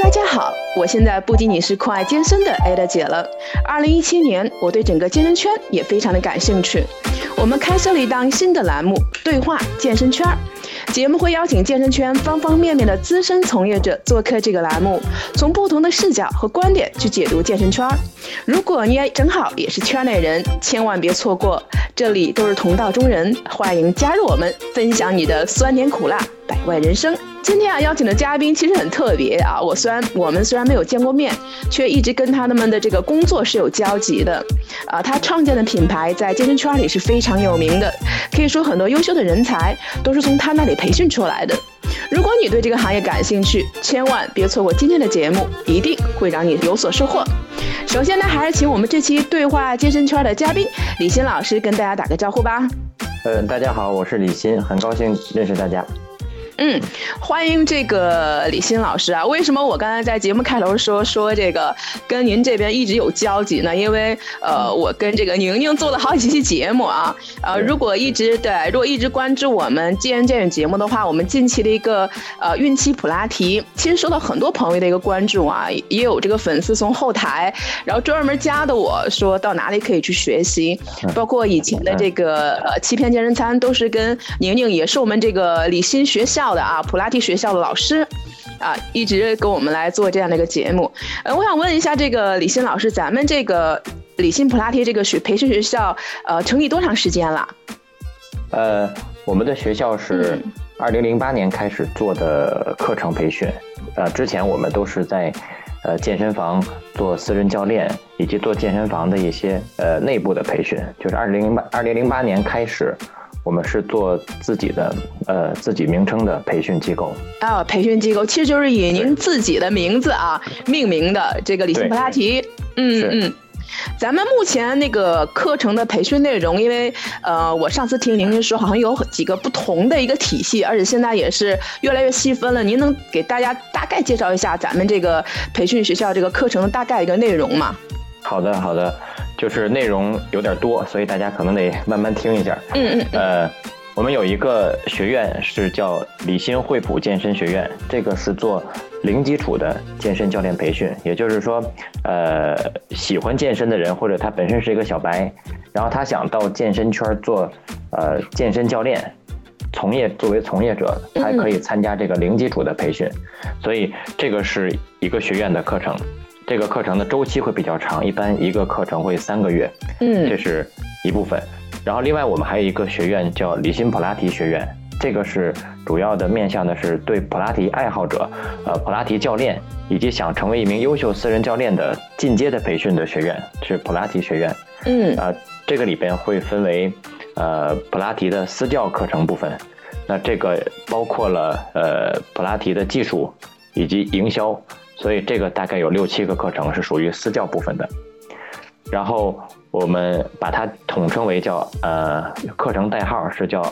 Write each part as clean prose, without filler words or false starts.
大家好，我现在不仅仅是酷爱健身的 Ada 姐了。2017年，我对整个健身圈也非常的感兴趣。我们开设了一档新的栏目——对话健身圈。节目会邀请健身圈方方面面的资深从业者做客这个栏目，从不同的视角和观点去解读健身圈。如果你也正好也是圈内人，千万别错过，这里都是同道中人，欢迎加入我们，分享你的酸甜苦辣，百味人生。今天邀请的嘉宾其实很特别啊，我们虽然没有见过面，却一直跟他们的这个工作是有交集的。他创建的品牌在健身圈里是非常有名的，可以说很多优秀的人才都是从他那里培训出来的。如果你对这个行业感兴趣，千万别错过今天的节目，一定会让你有所收获。首先呢，还是请我们这期对话健身圈的嘉宾李欣老师跟大家打个招呼吧。 大家好，我是李欣，很高兴认识大家。 欢迎这个李欣老师啊！为什么我刚才在节目开头说这个跟您这边一直有交集呢？因为我跟这个宁宁做了好几期节目啊，如果一直关注我们健身健身节目的话，我们近期的一个孕期普拉提，其实受到很多朋友的一个关注啊，也有这个粉丝从后台然后专门加的我说到哪里可以去学习，包括以前的这个欺骗健身餐都是跟宁宁也是我们这个李欣学校的普拉提学校的老师一直跟我们来做这样的一个节目。我想问一下这个李欣老师，咱们这个李欣普拉提这个培训学校成立多长时间了？ 我们的学校是2008年开始做的课程培训，之前我们都是在健身房做私人教练，以及做健身房的一些内部的培训。就是2008年开始，我们是做自己的自己名称的培训机构培训机构其实就是以您自己的名字命名的这个李欣普拉提。咱们目前那个课程的培训内容，因为我上次听您说好像有几个不同的一个体系，而且现在也是越来越细分了。您能给大家大概介绍一下咱们这个培训学校这个课程的大概一个内容吗？ 好的，就是内容有点多，所以大家可能得慢慢听一下。我们有一个学院是叫李欣惠普健身学院，这个是做零基础的健身教练培训，也就是说喜欢健身的人，或者他本身是一个小白，然后他想到健身圈做健身教练作为从业者，他可以参加这个零基础的培训。所以这个是一个学院的课程，这个课程的周期会比较长，一般一个课程会3个月，这是一部分。然后另外我们还有一个学院叫李欣普拉提学院，这个是主要的面向的是对普拉提爱好者、普拉提教练以及想成为一名优秀私人教练的进阶的培训的学院，是普拉提学院。这个里边会分为普拉提的私教课程部分，那这个包括了普拉提的技术以及营销，所以这个大概有6、7个课程是属于私教部分的。然后我们把它统称为叫课程代号是叫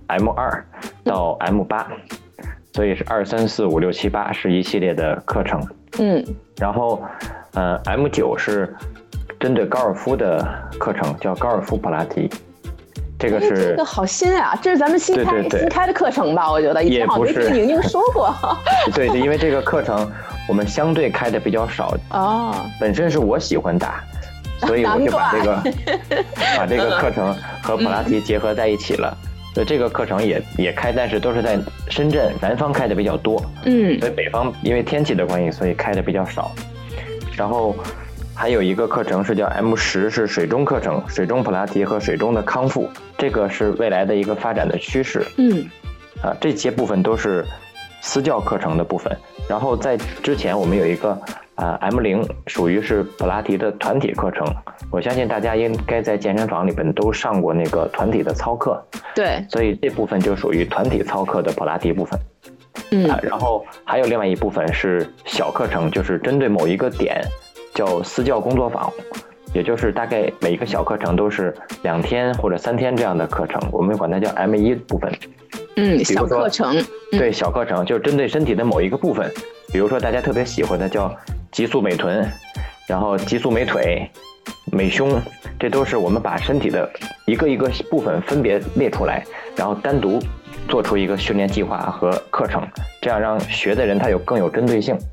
M2 到 M8， 所以是2、3、4、5、6、7、8是一系列的课程。然后M9 是针对高尔夫的课程，叫高尔夫普拉提。这个好新啊，这是咱们新开的课程吧？我觉得以前好像没听宁宁说过。 对，因为这个课程我们相对开的比较少本身是我喜欢打，所以我就把这个课程和普拉提结合在一起了。所以这个课程也开，但是都是在深圳南方开的比较多。所以北方因为天气的关系，所以开的比较少。然后还有一个课程是叫 M10， 是水中课程，水中普拉提和水中的康复，这个是未来的一个发展的趋势。这些部分都是私教课程的部分。然后在之前我们有一个M0， 属于是普拉提的团体课程，我相信大家应该在健身房里边都上过那个团体的操课。对，所以这部分就属于团体操课的普拉提部分。然后还有另外一部分是小课程，就是针对某一个点叫私教工作坊，也就是大概每一个小课程都是2天或者3天这样的课程，我们管它叫 M1 部分。 小课程。 对，小课程就是针对身体的某一个部分，比如说大家特别喜欢的叫极速美臀，然后极速美腿、美胸，这都是我们把身体的一个一个部分分别列出来，然后单独做出一个训练计划和课程，这样让学的人他更有针对性。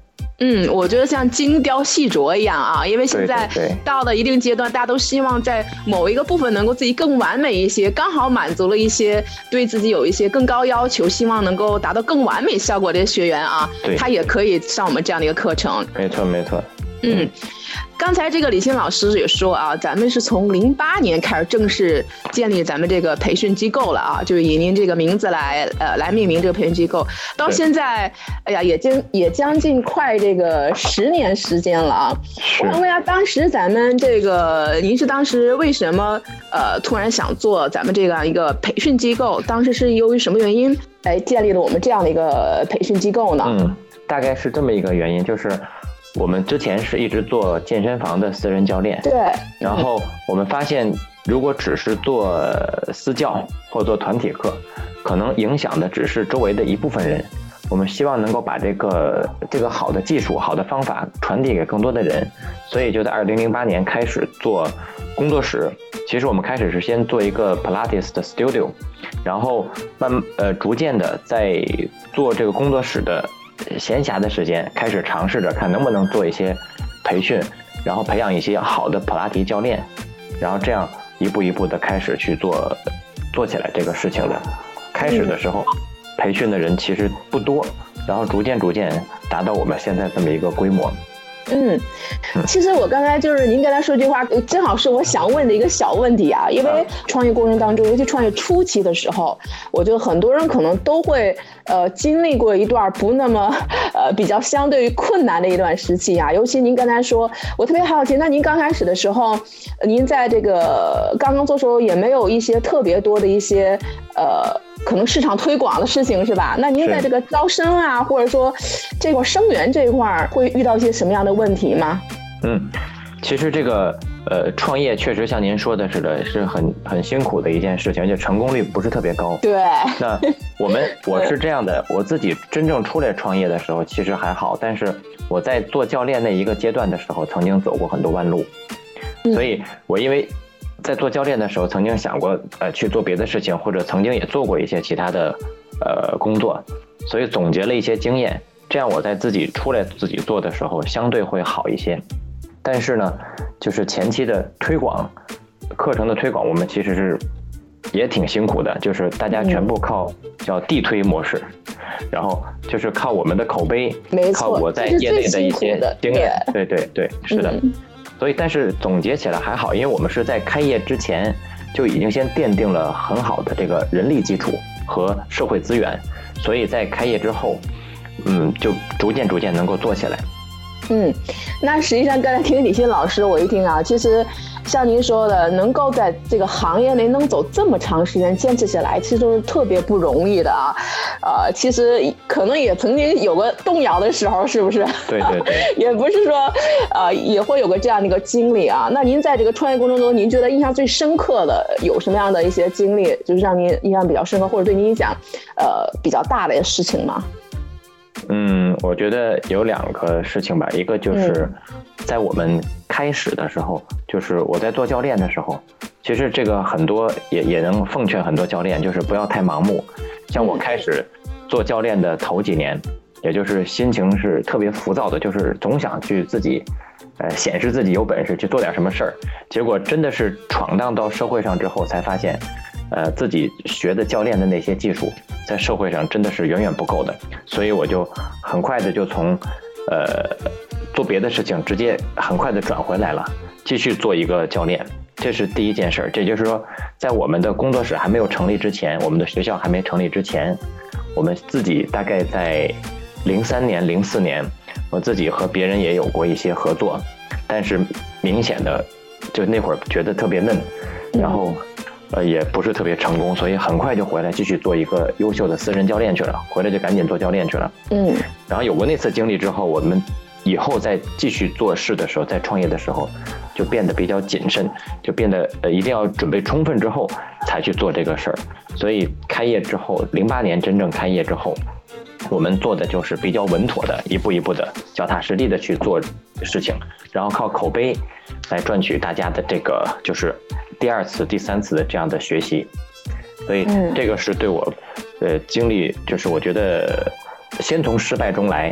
我觉得像精雕细琢一样啊，因为现在到了一定阶段，大家都希望在某一个部分能够自己更完美一些，刚好满足了一些对自己有一些更高要求，希望能够达到更完美效果的学员啊，他也可以上我们这样的一个课程。 没错。 刚才这个李欣老师也说啊，咱们是从08年开始正式建立咱们这个培训机构了啊，就是以您这个名字来命名这个培训机构，到现在，哎呀，也将近快这个10年时间了啊。我想问一下，当时咱们这个，您是当时为什么突然想做咱们这样一个培训机构？当时是由于什么原因来建立了我们这样的一个培训机构呢？ 大概是这么一个原因，就是我们之前是一直做健身房的私人教练， 对。 然后我们发现，如果只是做私教或做团体课，可能影响的只是周围的一部分人。我们希望能够把这个好的技术、好的方法传递给更多的人，所以就在2008年开始做工作室。其实我们开始是先做一个 Pilates 的 studio， 然后逐渐的在做这个工作室的闲暇的时间，开始尝试着看能不能做一些培训，然后培养一些好的普拉提教练，然后这样一步一步的开始去做起来这个事情的。开始的时候，培训的人其实不多，然后逐渐达到我们现在这么一个规模。 其实我刚才就是您刚才说这句话，正好是我想问的一个小问题啊。因为创业过程当中，尤其创业初期的时候，我觉得很多人可能都会经历过一段不那么比较相对于困难的一段时期啊。尤其您刚才说，我特别好奇，那您刚开始的时候，您在这个刚刚做的时候也没有一些特别多的一些可能市场推广的事情是吧？那您在这个招生啊，或者说这块生源这一块会遇到一些什么样的问题吗？ 其实这个创业确实像您说的似的，是很辛苦的一件事情，而且成功率不是特别高。 对。 那我是这样的，我自己真正出来创业的时候其实还好，但是我在做教练那一个阶段的时候，曾经走过很多弯路，所以我因为在做教练的时候曾经想过去做别的事情，或者曾经也做过一些其他的工作，所以总结了一些经验，这样我在自己出来自己做的时候相对会好一些。但是呢，就是前期的推广，课程的推广，我们其实是也挺辛苦的，就是大家全部靠叫地推模式，然后就是靠我们的口碑，靠我在业内的一些经验。对，是的。所以但是总结起来还好，因为我们是在开业之前就已经先奠定了很好的这个人力基础和社会资源，所以在开业之后就逐渐能够做起来。 那实际上刚才听李欣老师我一听啊，其实像您说的，能够在这个行业内能走这么长时间坚持下来，其实都是特别不容易的啊。其实可能也曾经有个动摇的时候，是不是？ 对也不是说也会有个这样的一个经历啊。那您在这个创业过程中，您觉得印象最深刻的有什么样的一些经历，就是让您印象比较深刻，或者对您影响比较大的事情吗？ 我觉得有2个事情吧，一个就是在我们开始的时候，就是我在做教练的时候，其实这个很多也能奉劝很多教练，就是不要太盲目。像我开始做教练的头几年，也就是心情是特别浮躁的，就是总想去自己显示自己有本事去做点什么事儿，结果真的是闯荡到社会上之后才发现自己学的教练的那些技术在社会上真的是远远不够的，所以我就很快的就从做别的事情直接很快的转回来了，继续做一个教练。这是第一件事。这就是说在我们的工作室还没有成立之前，我们的学校还没成立之前，我们自己大概在03年04年我自己和别人也有过一些合作，但是明显的就那会儿觉得特别嫩，然后也不是特别成功，所以很快就回来继续做一个优秀的私人教练去了，回来就赶紧做教练去了。然后有过那次经历之后，我们以后再继续做事的时候，在创业的时候就变得比较谨慎，就变得一定要准备充分之后才去做这个事儿。所以开业之后，08年真正开业之后，我们做的就是比较稳妥的，一步一步的脚踏实地的去做事情，然后靠口碑来赚取大家的这个就是第2次、第3次的这样的学习。所以这个是对我经历，就是我觉得先从失败中来，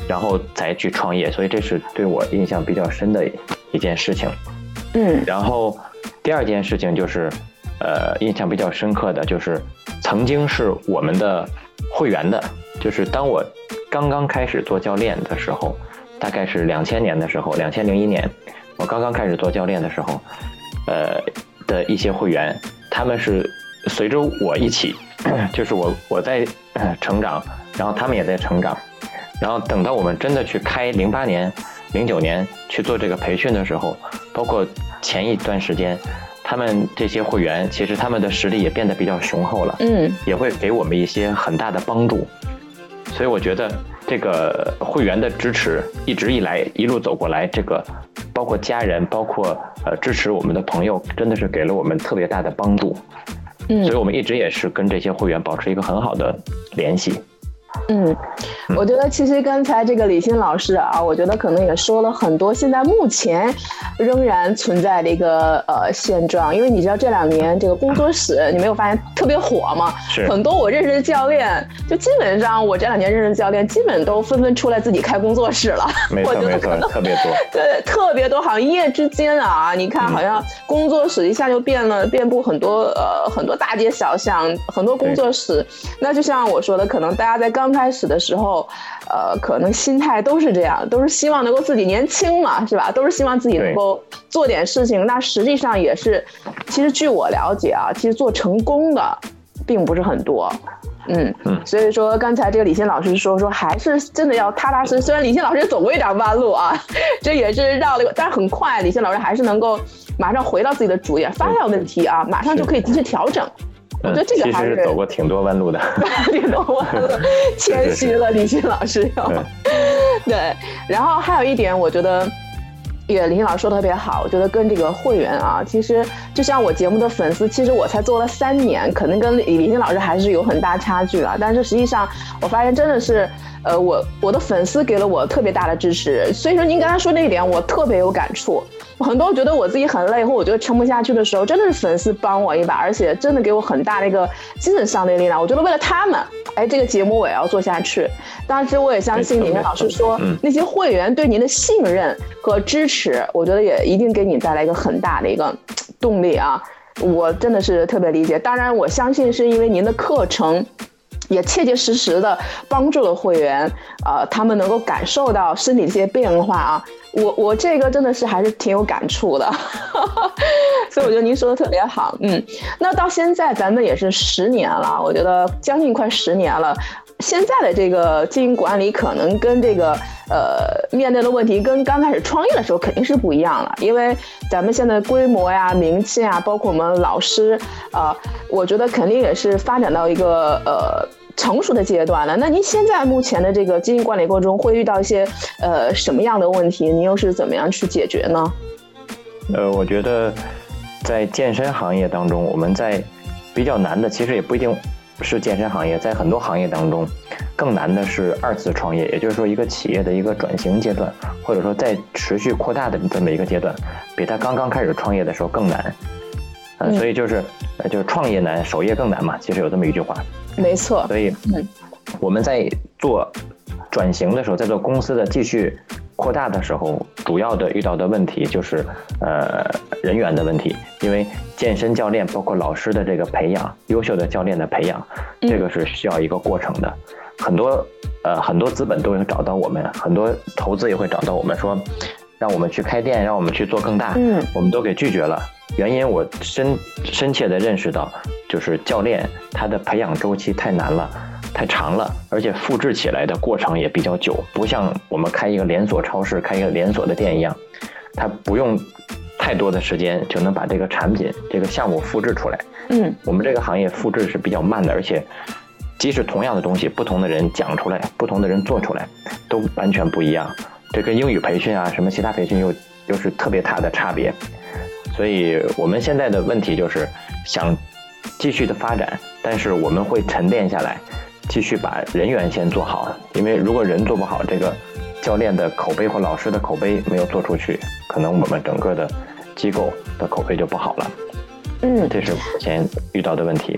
然后再去创业，所以这是对我印象比较深的一件事情。然后第二件事情就是印象比较深刻的就是曾经是我们的会员的，就是当我刚刚开始做教练的时候，大概是2000年的时候，2001年我刚刚开始做教练的时候，的一些会员，他们是随着我一起，就是我在成长，然后他们也在成长，然后等到我们真的去开08年、09年去做这个培训的时候，包括前一段时间，他们这些会员其实他们的实力也变得比较雄厚了，也会给我们一些很大的帮助。所以我觉得这个会员的支持一直以来一路走过来，这个包括家人，包括支持我们的朋友，真的是给了我们特别大的帮助。所以我们一直也是跟这些会员保持一个很好的联系。 我觉得其实刚才这个李欣老师啊，我觉得可能也说了很多现在目前仍然存在的一个现状。因为你知道这2年这个工作室你没有发现特别火吗？很多我认识的教练，就基本上我这2年认识的教练基本都纷纷出来自己开工作室了。 没错没错，特别多。 对，特别多，好像一夜之间啊，你看好像工作室一下就遍布很多大街小巷，很多工作室。那就像我说的，可能大家在刚开始的时候可能心态都是这样，都是希望能够自己年轻嘛，是吧？都是希望自己能够做点事情。那实际上也是，其实据我了解啊，其实做成功的并不是很多。所以说刚才这个李欣老师说还是真的要踏踏实实。虽然李欣老师走过一点弯路啊，这也是绕了，但是很快李欣老师还是能够马上回到自己的主业，发现问题啊，马上就可以及时调整。我觉得这个还是走过挺多弯路的， 挺多弯路，谦虚了李欣老师要。对，然后还有一点，我觉得也李欣老师说的特别好，我觉得跟这个会员啊，其实就像我节目的粉丝，其实我才做了3年，可能跟李欣老师还是有很大差距了。但是实际上我发现真的是我的粉丝给了我特别大的支持。所以说您刚才说那一点我特别有感触。很多觉得我自己很累或我觉得撑不下去的时候，真的是粉丝帮我一把，而且真的给我很大的一个精神上的力量。我觉得为了他们，这个节目我也要做下去。当时我也相信李欣老师说，那些会员对您的信任和支持，我觉得也一定给你带来一个很大的一个动力啊。我真的是特别理解。当然我相信是因为您的课程也切切实实的帮助了会员，他们能够感受到身体这些变化啊。我这个真的是还是挺有感触的，所以我觉得您说的特别好。那到现在咱们也是10年了，我觉得将近快10年了。现在的这个经营管理可能跟这个面对的问题跟刚开始创业的时候肯定是不一样了，因为咱们现在规模呀、名气啊，包括我们老师我觉得肯定也是发展到一个成熟的阶段了。那您现在目前的这个经营管理过程中会遇到一些什么样的问题？您又是怎么样去解决呢？ 我觉得在健身行业当中，我们在比较难的，其实也不一定是健身行业，在很多行业当中更难的是2次创业，也就是说一个企业的一个转型阶段，或者说在持续扩大的这么一个阶段，比他刚刚开始创业的时候更难。所以就是创业难，守业更难嘛，其实有这么一句话。 没错。 所以我们在做转型的时候，在做公司的继续扩大的时候，主要的遇到的问题就是人员的问题。因为健身教练包括老师的这个培养，优秀的教练的培养，这个是需要一个过程的。很多资本都会找到我们，很多投资也会找到我们，说让我们去开店，让我们去做更大，我们都给拒绝了。原因我深切地认识到，就是教练他的培养周期太难了，太长了，而且复制起来的过程也比较久，不像我们开一个连锁超市、开一个连锁的店一样，它不用太多的时间就能把这个产品、这个项目复制出来。我们这个行业复制是比较慢的，而且即使同样的东西，不同的人讲出来，不同的人做出来，都完全不一样。这跟英语培训啊，什么其他培训又是特别大的差别。所以我们现在的问题就是想继续的发展，但是我们会沉淀下来，继续把人员先做好。因为如果人做不好，这个教练的口碑或老师的口碑没有做出去，可能我们整个的机构的口碑就不好了。这是目前遇到的问题。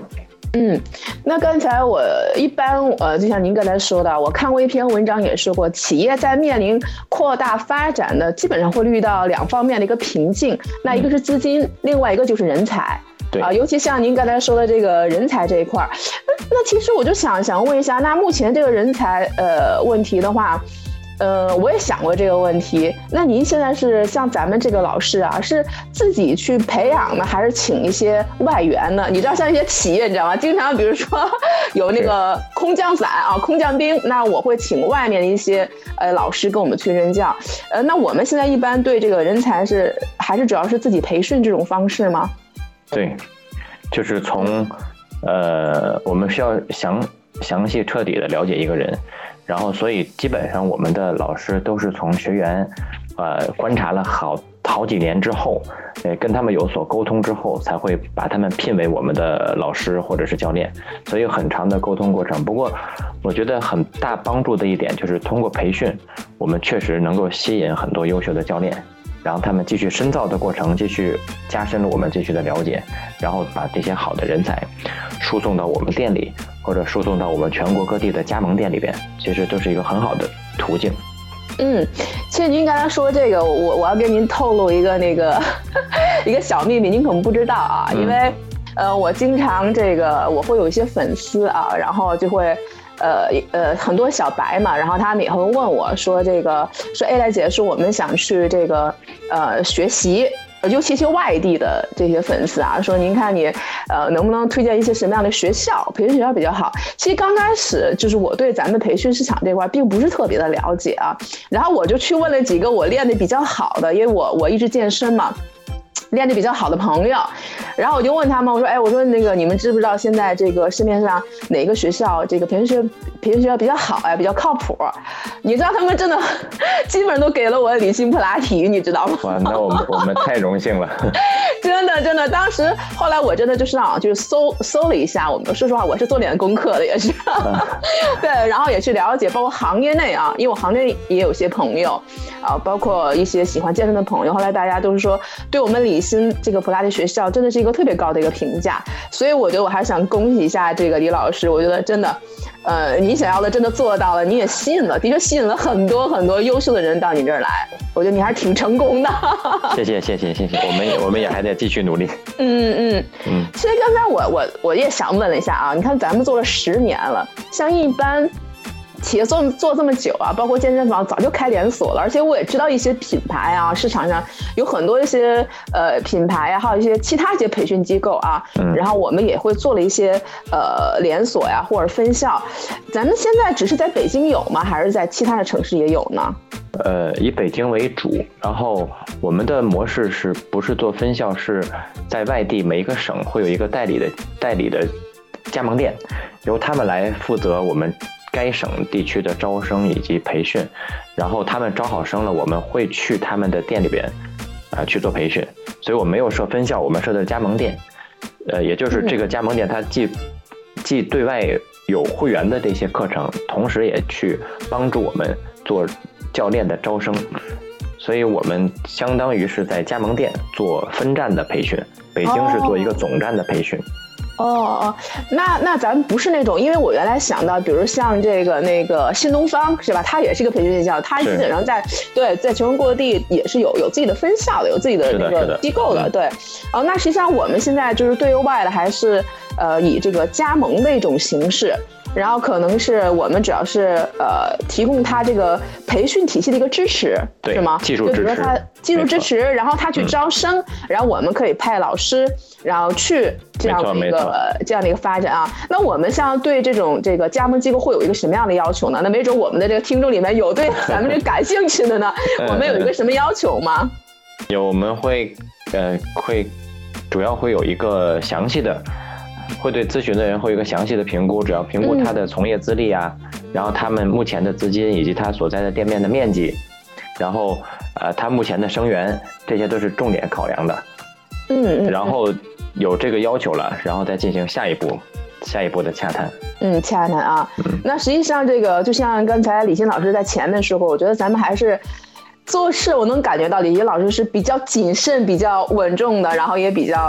那刚才我一般就像您刚才说的，我看过一篇文章也说过，企业在面临扩大发展的基本上会遇到2方面的一个瓶颈，那一个是资金，另外一个就是人才。 对尤其像您刚才说的这个人才这一块，那其实我就想问一下，那目前这个人才问题的话，我也想过这个问题。那您现在是像咱们这个老师啊，是自己去培养呢，还是请一些外援呢？你知道像一些企业，你知道吗？经常比如说有那个空降伞啊、空降兵，那我会请外面的一些老师跟我们去任教。那我们现在一般对这个人才还是主要是自己培训这种方式吗？ 对，就是从我们需要详细彻底的了解一个人，然后所以基本上我们的老师都是从学员观察了好几年之后，跟他们有所沟通之后，才会把他们聘为我们的老师或者是教练，所以有很长的沟通过程。不过我觉得很大帮助的一点就是通过培训，我们确实能够吸引很多优秀的教练，然后他们继续深造的过程，继续加深了我们继续的了解，然后把这些好的人才输送到我们店里，或者输送到我们全国各地的加盟店里边，其实都是一个很好的途径。 其实您刚才说这个，我要跟您透露一个一个小秘密，您可能不知道啊，因为我经常我会有一些粉丝啊，然后就会很多小白嘛，然后他们也会问我说说赖姐，说我们想去学习，尤其是外地的这些粉丝啊，说您看你能不能推荐一些什么样的学校，培训学校比较好。其实刚开始就是我对咱们培训市场这块并不是特别的了解啊，然后我就去问了几个我练得比较好的，因为我一直健身嘛，练得比较好的朋友，然后我就问他们，我说你们知不知道现在这个市面上哪个学校这个培训学校比较好呀，比较靠谱？你知道他们真的基本上都给了我理性普拉提，你知道吗？ 哇，那我们太荣幸了。 真的，当时后来我真的就是搜了一下，说实话我是做点功课的，也是对，然后也去了解，包括行业内啊，因为我行业也有些朋友啊，包括一些喜欢健身的朋友，后来大家都是说对我们理心这个普拉提学校真的是一个特别高的一个评价，所以我觉得我还是想恭喜一下这个李老师，我觉得真的你想要的真的做到了，你也的确吸引了很多很多优秀的人到你这儿来，我觉得你还是挺成功的。 谢谢，我们也还得继续努力。 其实刚才我也想问了一下啊，你看咱们做了10年了，像一般企业做这么久啊，包括健身房早就开连锁了，而且我也知道一些品牌啊，市场上有很多一些品牌啊，还有一些其他一些培训机构啊，然后我们也会做了一些连锁呀或者分校。咱们现在只是在北京有吗？还是在其他的城市也有呢？ 以北京为主，然后我们的模式是不是做分校，是在外地每一个省会有一个代理的加盟店，由他们来负责我们该省地区的招生以及培训，然后他们招好生了，我们会去他们的店里边去做培训，所以我没有设分校，我们设的加盟店，也就是这个加盟店它既对外有会员的这些课程，同时也去帮助我们做教练的招生，所以我们相当于是在加盟店做分站的培训，北京是做一个总站的培训。 那咱们不是那种，因为我原来想到，比如像那个新东方是吧？它也是一个培训学校，它基本上在全国各地也是有自己的分校的，有自己的那个机构的。对，那实际上我们现在就是对外的还是以这个加盟的一种形式。然后可能是我们主要是提供他这个培训体系的一个支持，是吗？ 技术支持， 就比如说他技术支持，然后他去招生，然后我们可以派老师，然后去这样的一个发展啊。那我们像对这个加盟机构会有一个什么样的要求呢？那没准我们的这个听众里面有对咱们这感兴趣的呢，我们有一个什么要求吗？ 有，我们会主要会有一个详细的。会对咨询的人会有一个详细的评估，主要评估他的从业资历啊，然后他们目前的资金以及他所在的店面的面积，然后他目前的生源，这些都是重点考量的。然后有这个要求了，然后再进行下一步的洽谈。 洽谈啊。那实际上就像刚才李欣老师在前面说过，我觉得咱们还是做事，我能感觉到李欣老师是比较谨慎、比较稳重的，然后也比较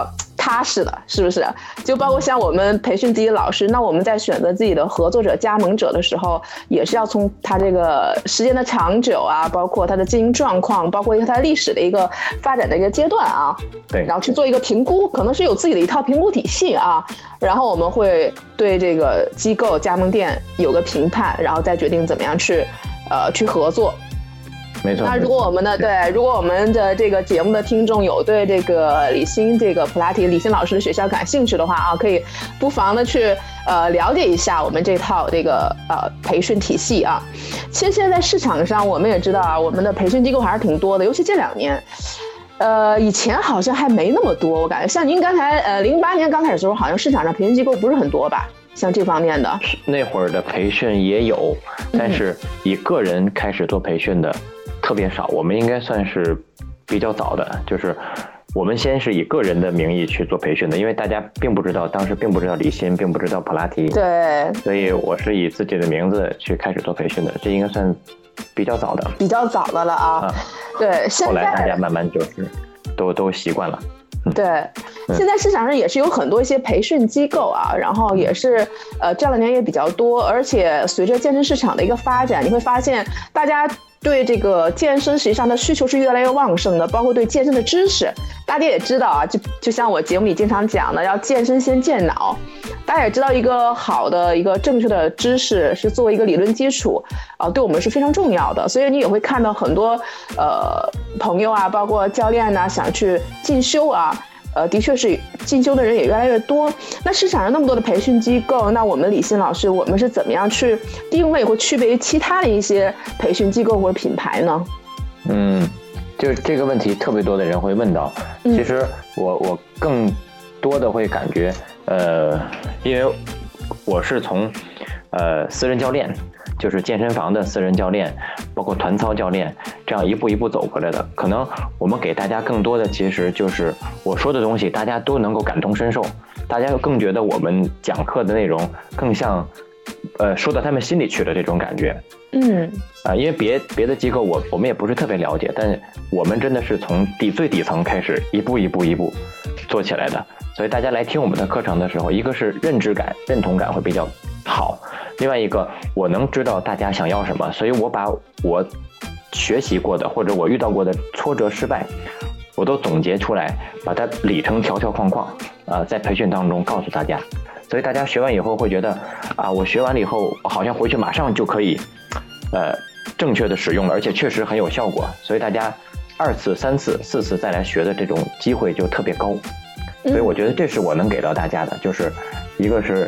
踏实的，是不是？就包括像我们培训自己的老师，那我们在选择自己的合作者、加盟者的时候，也是要从他这个时间的长久啊，包括他的经营状况，包括他历史的一个发展的一个阶段啊， 对， 然后去做一个评估，可能是有自己的一套评估体系啊，然后我们会对这个机构加盟店有个评判，然后再决定怎么样去合作。 没错。 那如果我们的这个节目的听众有对这个李欣这个普拉提李欣老师的学校感兴趣的话啊，可以不妨的去了解一下我们这套这个培训体系啊。其实现在市场上我们也知道啊，我们的培训机构还是挺多的，尤其这2年。以前好像还没那么多，我感觉像您刚才08年刚开始的时候，好像市场上培训机构不是很多吧？像这方面的那会儿的培训也有，但是以个人开始做培训的特别少。我们应该算是比较早的，就是我们先是以个人的名义去做培训的，因为大家当时并不知道李欣，并不知道普拉提， 对， 所以我是以自己的名字去开始做培训的，这应该算比较早的了啊。对， 后来大家慢慢就是都习惯了。 对，现在市场上也是有很多一些培训机构啊，然后也是这2年也比较多，而且随着健身市场的一个发展，你会发现大家对这个健身实际上的需求是越来越旺盛的，包括对健身的知识，大家也知道啊，就像我节目里经常讲的，要健身先健脑。大家也知道，一个好的一个正确的知识是作为一个理论基础对我们是非常重要的。所以你也会看到很多朋友啊，包括教练啊，想去进修啊，的确是进修的人也越来越多。那市场上那么多的培训机构，那我们李欣老师，我们是怎么样去定位或区别于其他的一些培训机构或者品牌呢？ 就是这个问题特别多的人会问到。其实我更多的会感觉因为我是从私人教练，就是健身房的私人教练，包括团操教练，这样一步一步走过来的。可能我们给大家更多的其实就是我说的东西大家都能够感同身受，大家更觉得我们讲课的内容更像说到他们心里去的这种感觉。因为别的机构我们也不是特别了解，但我们真的是从最底层开始一步做起来的。所以大家来听我们的课程的时候，一个是认知感、认同感会比较好，另外一个我能知道大家想要什么，所以我把我学习过的或者我遇到过的挫折失败，我都总结出来，把它理成条框在培训当中告诉大家。所以大家学完以后会觉得我学完了以后好像回去马上就可以正确的使用了，而且确实很有效果，所以大家2次、3次、4次再来学的这种机会就特别高。所以我觉得这是我能给到大家的，就是一个是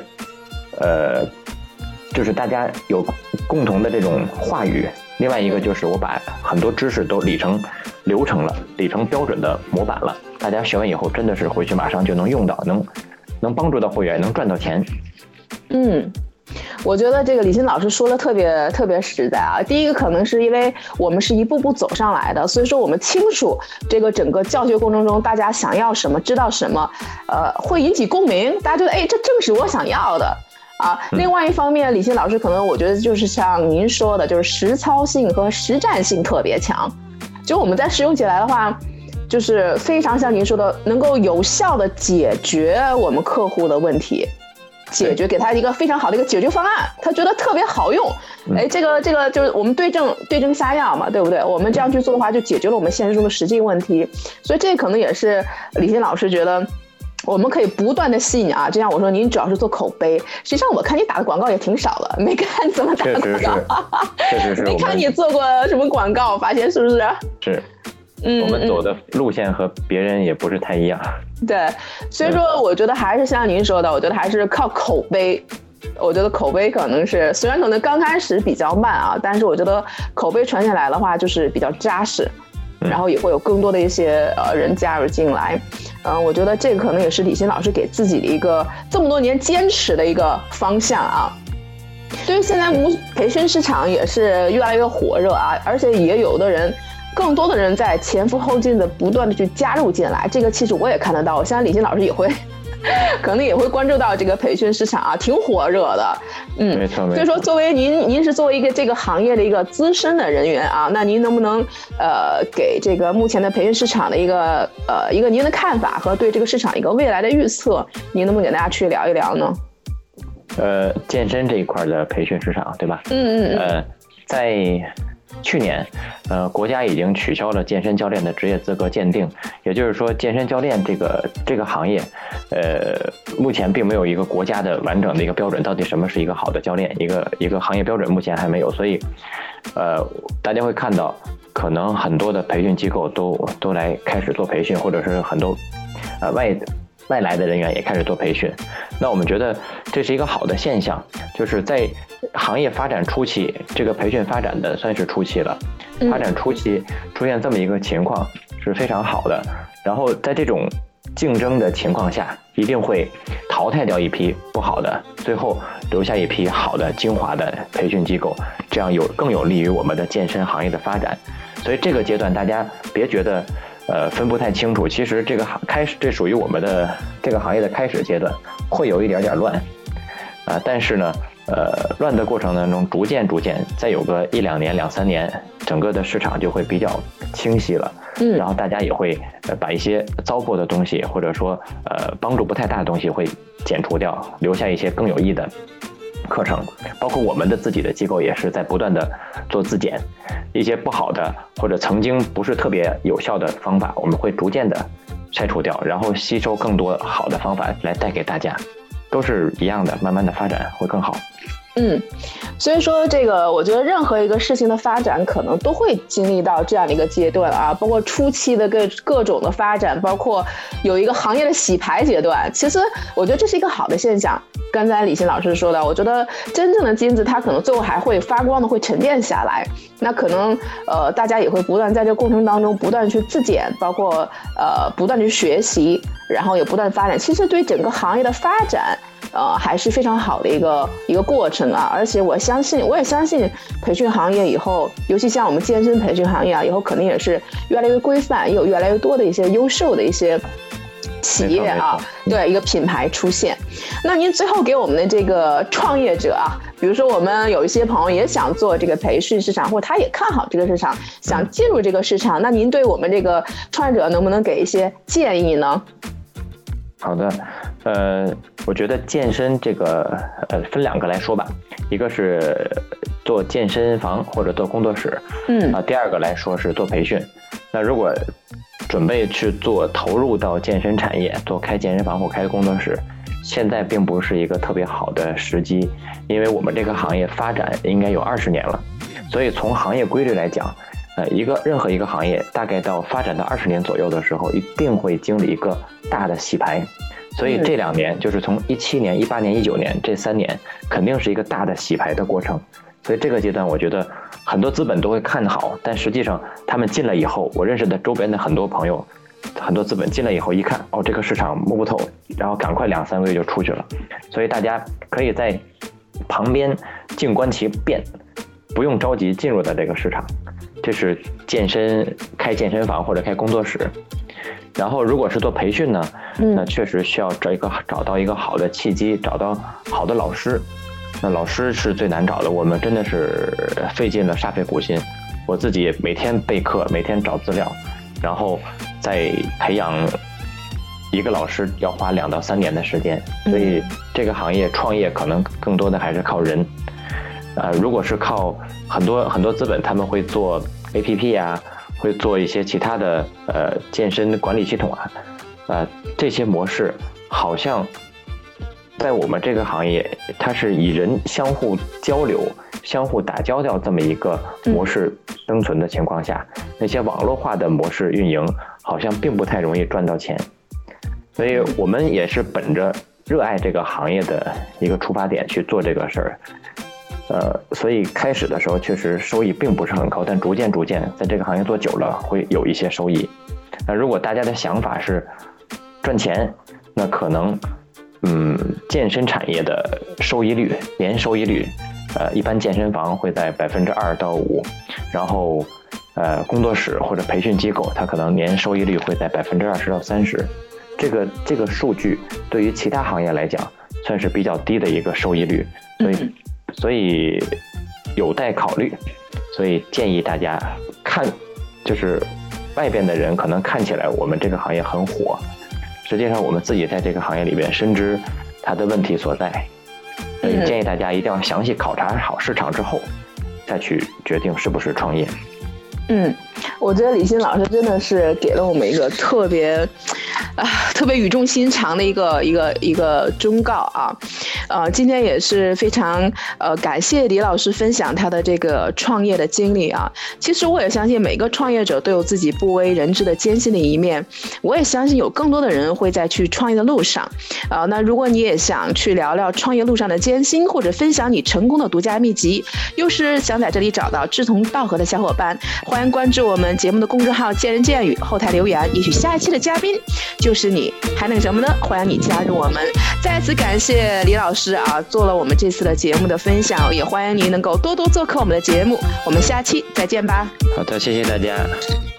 就是大家有共同的这种话语，另外一个就是我把很多知识都理成流程了，理成标准的模板了，大家学完以后真的是回去马上就能用到，能帮助到会员，能赚到钱。 我觉得这个李欣老师说的特别实在啊。第一个可能是因为我们是一步步走上来的，所以说我们清楚这个整个教学过程中大家想要什么，知道什么，会引起共鸣，大家觉得这正是我想要的啊。另外一方面，李欣老师可能我觉得就是像您说的，就是实操性和实战性特别强，就我们在使用起来的话，就是非常像您说的，能够有效的解决我们客户的问题。给他一个非常好的一个解决方案，他觉得特别好用。这个就是我们对症下药嘛，对不对？我们这样去做的话，就解决了我们现实中的实际问题。所以这可能也是李欣老师觉得我们可以不断的吸引就像我说，您主要是做口碑，实际上我看你打的广告也挺少的，没看你怎么打的广告。 确实是没看你做过什么广告，发现是不是？ 是。我们走的路线和别人也不是太一样。 对，所以说我觉得还是像您说的，我觉得还是靠口碑。我觉得口碑可能是虽然可能刚开始比较慢但是我觉得口碑传下来的话就是比较扎实，然后也会有更多的一些人加入进来。我觉得这个可能也是李欣老师给自己的一个这么多年坚持的一个方向对于现在培训市场也是越来越火热而且也有的人。更多的人在前赴后继的不断的去加入进来，这个其实我也看得到，我相信李欣老师也会可能也会关注到这个培训市场啊，挺火热的。 没错。 所以说，作为您是作为一个这个行业的一个资深的人员啊，那您能不能给这个目前的培训市场的一个您的看法和对这个市场一个未来的预测，您能不能给大家去聊一聊呢？ 健身这一块的培训市场，对吧？在去年，国家已经取消了健身教练的职业资格鉴定，也就是说，健身教练这个行业，目前并没有一个国家的完整的一个标准，到底什么是一个好的教练，一个行业标准目前还没有，所以，大家会看到，可能很多的培训机构都来开始做培训，或者是很多外来的人员也开始做培训。那我们觉得这是一个好的现象，就是在行业发展初期，这个培训发展的算是初期了，发展初期出现这么一个情况是非常好的。然后在这种竞争的情况下，一定会淘汰掉一批不好的，最后留下一批好的精华的培训机构，这样更有利于我们的健身行业的发展。所以这个阶段大家别觉得分不太清楚，其实这属于我们的这个行业的开始阶段，会有一点乱但是呢乱的过程当中逐渐再有个1-2年2-3年，整个的市场就会比较清晰了。然后大家也会把一些糟粕的东西，或者说帮助不太大的东西会减除掉，留下一些更有益的课程。包括我们的自己的机构也是在不断的做自检，一些不好的或者曾经不是特别有效的方法，我们会逐渐的拆除掉，然后吸收更多好的方法来带给大家，都是一样的，慢慢的发展会更好。 所以说这个我觉得任何一个事情的发展可能都会经历到这样的一个阶段啊，包括初期的各种的发展，包括有一个行业的洗牌阶段。其实我觉得这是一个好的现象。刚才李欣老师说的，我觉得真正的金子它可能最后还会发光的，会沉淀下来。那可能大家也会不断在这个过程当中不断去自检，包括不断去学习，然后也不断发展。其实对整个行业的发展还是非常好的一个过程啊。而且我也相信培训行业以后，尤其像我们健身培训行业啊，以后肯定也是越来越规范，也有越来越多的一些优秀的一些企业啊，对，一个品牌出现。那您最后给我们的这个创业者啊，比如说我们有一些朋友也想做这个培训市场，或者他也看好这个市场，想进入这个市场，那您对我们这个创业者能不能给一些建议呢？ 好的，我觉得健身这个分2个来说吧，一个是做健身房或者做工作室，第2个来说是做培训。那如果准备去投入到健身产业，开健身房或开工作室，现在并不是一个特别好的时机，因为我们这个行业发展应该有20年了，所以从行业规律来讲，任何一个行业大概到发展到20年左右的时候，一定会经历一个大的洗牌。所以这2年就是从17年、18年、19年这3年，肯定是一个大的洗牌的过程。所以这个阶段，我觉得很多资本都会看好，但实际上他们进来以后，我认识的周边的很多朋友，很多资本进来以后一看，这个市场摸不透，然后赶快2-3个月就出去了。所以大家可以在旁边静观其变，不用着急进入到这个市场。这是开健身房或者开工作室。然后如果是做培训呢，那确实需要找到一个好的契机，找到好的老师。那老师是最难找的，我们真的是费尽了煞费苦心，我自己每天备课，每天找资料，然后再培养一个老师要花2到3年的时间。所以这个行业创业可能更多的还是靠人。如果是靠很多资本，他们会做 APP 啊，会做一些其他的健身管理系统啊，这些模式好像在我们这个行业，它是以人相互交流、相互打交道这么一个模式生存的情况下，那些网络化的模式运营好像并不太容易赚到钱。所以我们也是本着热爱这个行业的一个出发点去做这个事儿。所以开始的时候确实收益并不是很高，但逐渐在这个行业做久了会有一些收益。那如果大家的想法是赚钱，那可能健身产业的年收益率，一般健身房会在2%到5%，然后工作室或者培训机构它可能年收益率会在20%到30%。 这个数据对于其他行业来讲算是比较低的一个收益率，所以有待考虑。所以建议大家看，就是外边的人可能看起来我们这个行业很火，实际上我们自己在这个行业里边深知它的问题所在。所以建议大家一定要详细考察好市场之后再去决定是不是创业。 我觉得李欣老师真的是给了我们一个特别语重心长的一个忠告啊。今天也是非常感谢李老师分享他的这个创业的经历啊。其实我也相信每个创业者都有自己不为人知的艰辛的一面，我也相信有更多的人会在去创业的路上。那如果你也想去聊聊创业路上的艰辛，或者分享你成功的独家秘籍，又是想在这里找到志同道合的小伙伴，欢迎关注我们节目的公众号见人见语，后台留言，也许下一期的嘉宾就是你，还能什么呢？欢迎你加入我们。再次感谢李老师啊，做了我们这次的节目的分享，也欢迎您能够多多做客我们的节目。我们下期再见吧。 好的，谢谢大家。